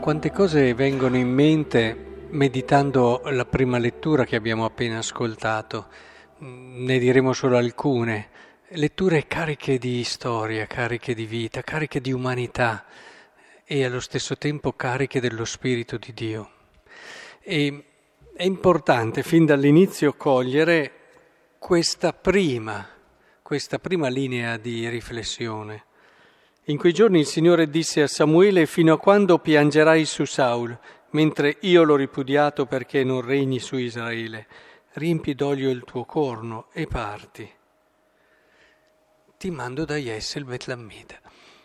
Quante cose vengono in mente meditando la prima lettura che abbiamo appena ascoltato. Ne diremo solo alcune. Letture cariche di storia, cariche di vita, cariche di umanità e allo stesso tempo cariche dello Spirito di Dio. E è importante fin dall'inizio cogliere questa prima linea di riflessione. In quei giorni il Signore disse a Samuele: fino a quando piangerai su Saul, mentre io l'ho ripudiato perché non regni su Israele? Riempi d'olio il tuo corno e parti. Ti mando da Jesse il Betlammita.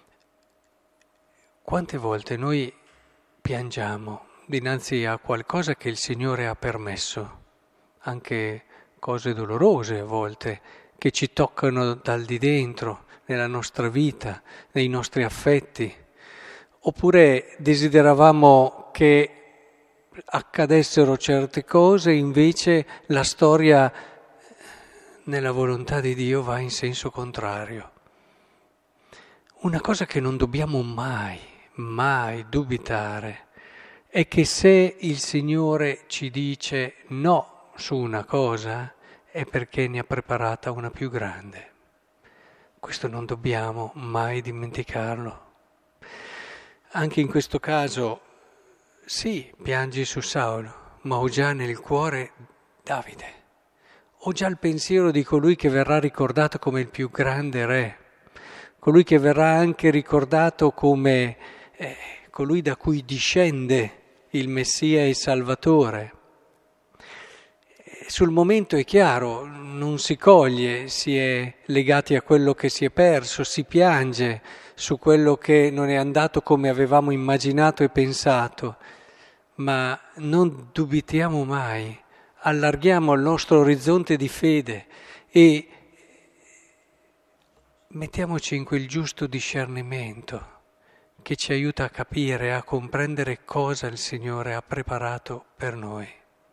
Quante volte noi piangiamo dinanzi a qualcosa che il Signore ha permesso, anche cose dolorose a volte, che ci toccano dal di dentro, nella nostra vita, nei nostri affetti, oppure desideravamo che accadessero certe cose, invece la storia nella volontà di Dio va in senso contrario. Una cosa che non dobbiamo mai dubitare è che se il Signore ci dice no su una cosa è perché ne ha preparata una più grande. Questo non dobbiamo mai dimenticarlo. Anche in questo caso, sì, piangi su Saulo, ma ho già nel cuore Davide. Ho già il pensiero di colui che verrà ricordato come il più grande re, colui che verrà anche ricordato come colui da cui discende il Messia e il Salvatore. Sul momento è chiaro, non si coglie, si è legati a quello che si è perso, si piange su quello che non è andato come avevamo immaginato e pensato, ma non dubitiamo mai, allarghiamo il nostro orizzonte di fede e mettiamoci in quel giusto discernimento che ci aiuta a capire, a comprendere cosa il Signore ha preparato per noi.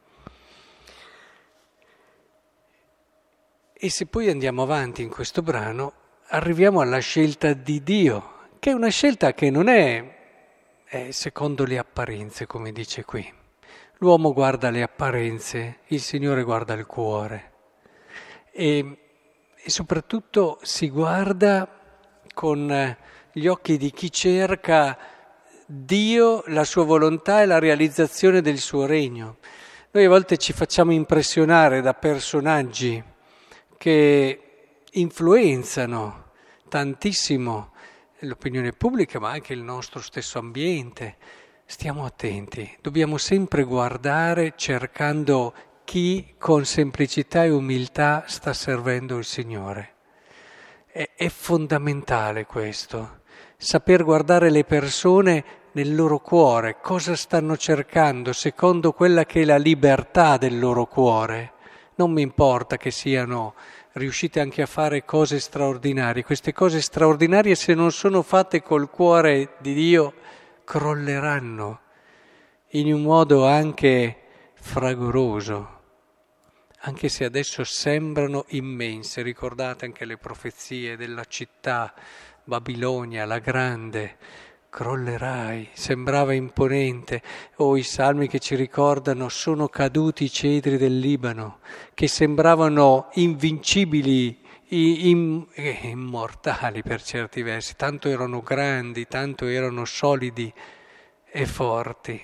E se poi andiamo avanti in questo brano, arriviamo alla scelta di Dio, che è una scelta che non è secondo le apparenze, come dice qui. L'uomo guarda le apparenze, il Signore guarda il cuore. E soprattutto si guarda con gli occhi di chi cerca Dio, la sua volontà e la realizzazione del suo regno. Noi a volte ci facciamo impressionare da personaggi che influenzano tantissimo l'opinione pubblica, ma anche il nostro stesso ambiente. Stiamo attenti, dobbiamo sempre guardare cercando chi con semplicità e umiltà sta servendo il Signore. È fondamentale questo, saper guardare le persone nel loro cuore, cosa stanno cercando secondo quella che è la libertà del loro cuore. Non mi importa che siano riuscite anche a fare cose straordinarie. Queste cose straordinarie, se non sono fatte col cuore di Dio, crolleranno in un modo anche fragoroso, anche se adesso sembrano immense. Ricordate anche le profezie della città, Babilonia, la grande. Crollerai, sembrava imponente, i salmi che ci ricordano: sono caduti i cedri del Libano, che sembravano invincibili, immortali per certi versi, tanto erano grandi, tanto erano solidi e forti.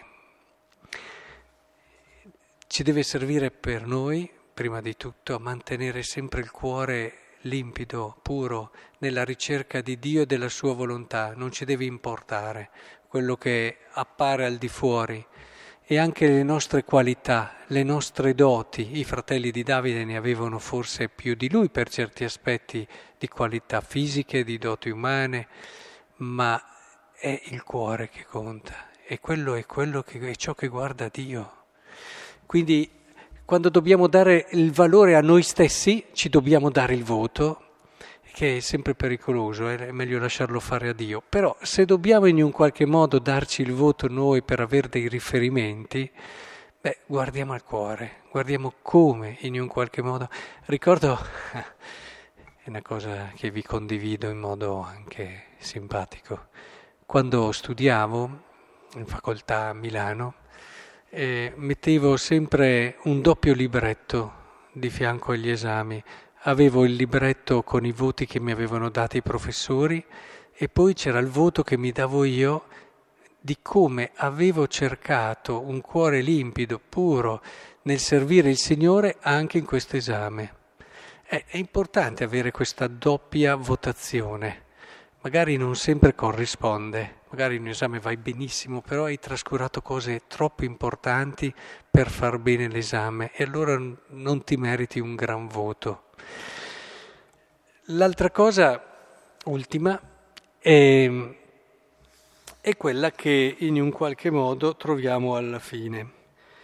Ci deve servire per noi, prima di tutto, a mantenere sempre il cuore limpido, puro, nella ricerca di Dio e della sua volontà. Non ci deve importare quello che appare al di fuori, e anche le nostre qualità, le nostre doti. I fratelli di Davide ne avevano forse più di lui per certi aspetti di qualità fisiche, di doti umane, ma è il cuore che conta, e quello è ciò che guarda Dio. Quindi quando dobbiamo dare il valore a noi stessi, ci dobbiamo dare il voto, che è sempre pericoloso, è meglio lasciarlo fare a Dio. Però se dobbiamo in un qualche modo darci il voto noi per avere dei riferimenti, guardiamo al cuore, guardiamo come in un qualche modo. Ricordo, è una cosa che vi condivido in modo anche simpatico, quando studiavo in facoltà a Milano, mettevo sempre un doppio libretto di fianco agli esami. Avevo il libretto con i voti che mi avevano dato i professori e poi c'era il voto che mi davo io di come avevo cercato un cuore limpido, puro, nel servire il Signore anche in questo esame. È importante avere questa doppia votazione. Magari non sempre corrisponde, magari in un esame vai benissimo, però hai trascurato cose troppo importanti per far bene l'esame e allora non ti meriti un gran voto. L'altra cosa, ultima, è quella che in un qualche modo troviamo alla fine.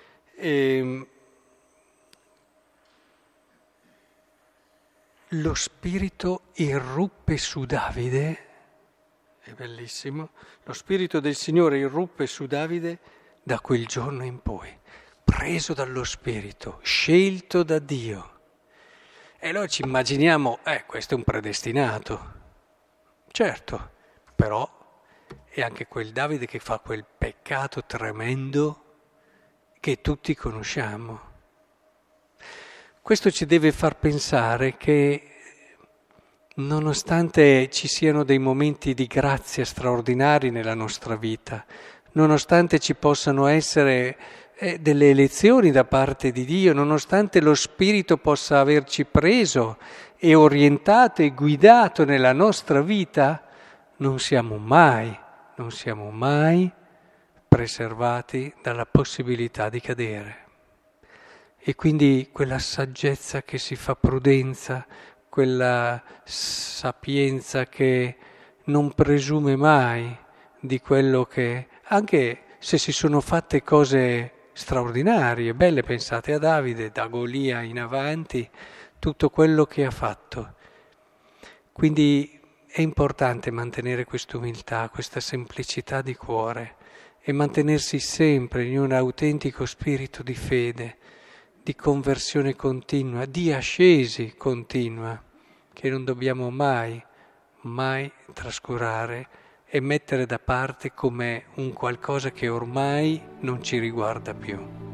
Lo spirito irruppe su Davide, è bellissimo, lo spirito del Signore irruppe su Davide da quel giorno in poi, preso dallo spirito, scelto da Dio. E noi ci immaginiamo, questo è un predestinato. Certo, però è anche quel Davide che fa quel peccato tremendo che tutti conosciamo. Questo ci deve far pensare che nonostante ci siano dei momenti di grazia straordinari nella nostra vita, nonostante ci possano essere delle elezioni da parte di Dio, nonostante lo Spirito possa averci preso e orientato e guidato nella nostra vita, non siamo mai preservati dalla possibilità di cadere. E quindi quella saggezza che si fa prudenza, quella sapienza che non presume mai di quello che, anche se si sono fatte cose straordinarie, belle, pensate a Davide, da Golia in avanti, tutto quello che ha fatto. Quindi è importante mantenere questa umiltà, questa semplicità di cuore e mantenersi sempre in un autentico spirito di fede, di conversione continua, di ascesi continua, che non dobbiamo mai trascurare e mettere da parte come un qualcosa che ormai non ci riguarda più.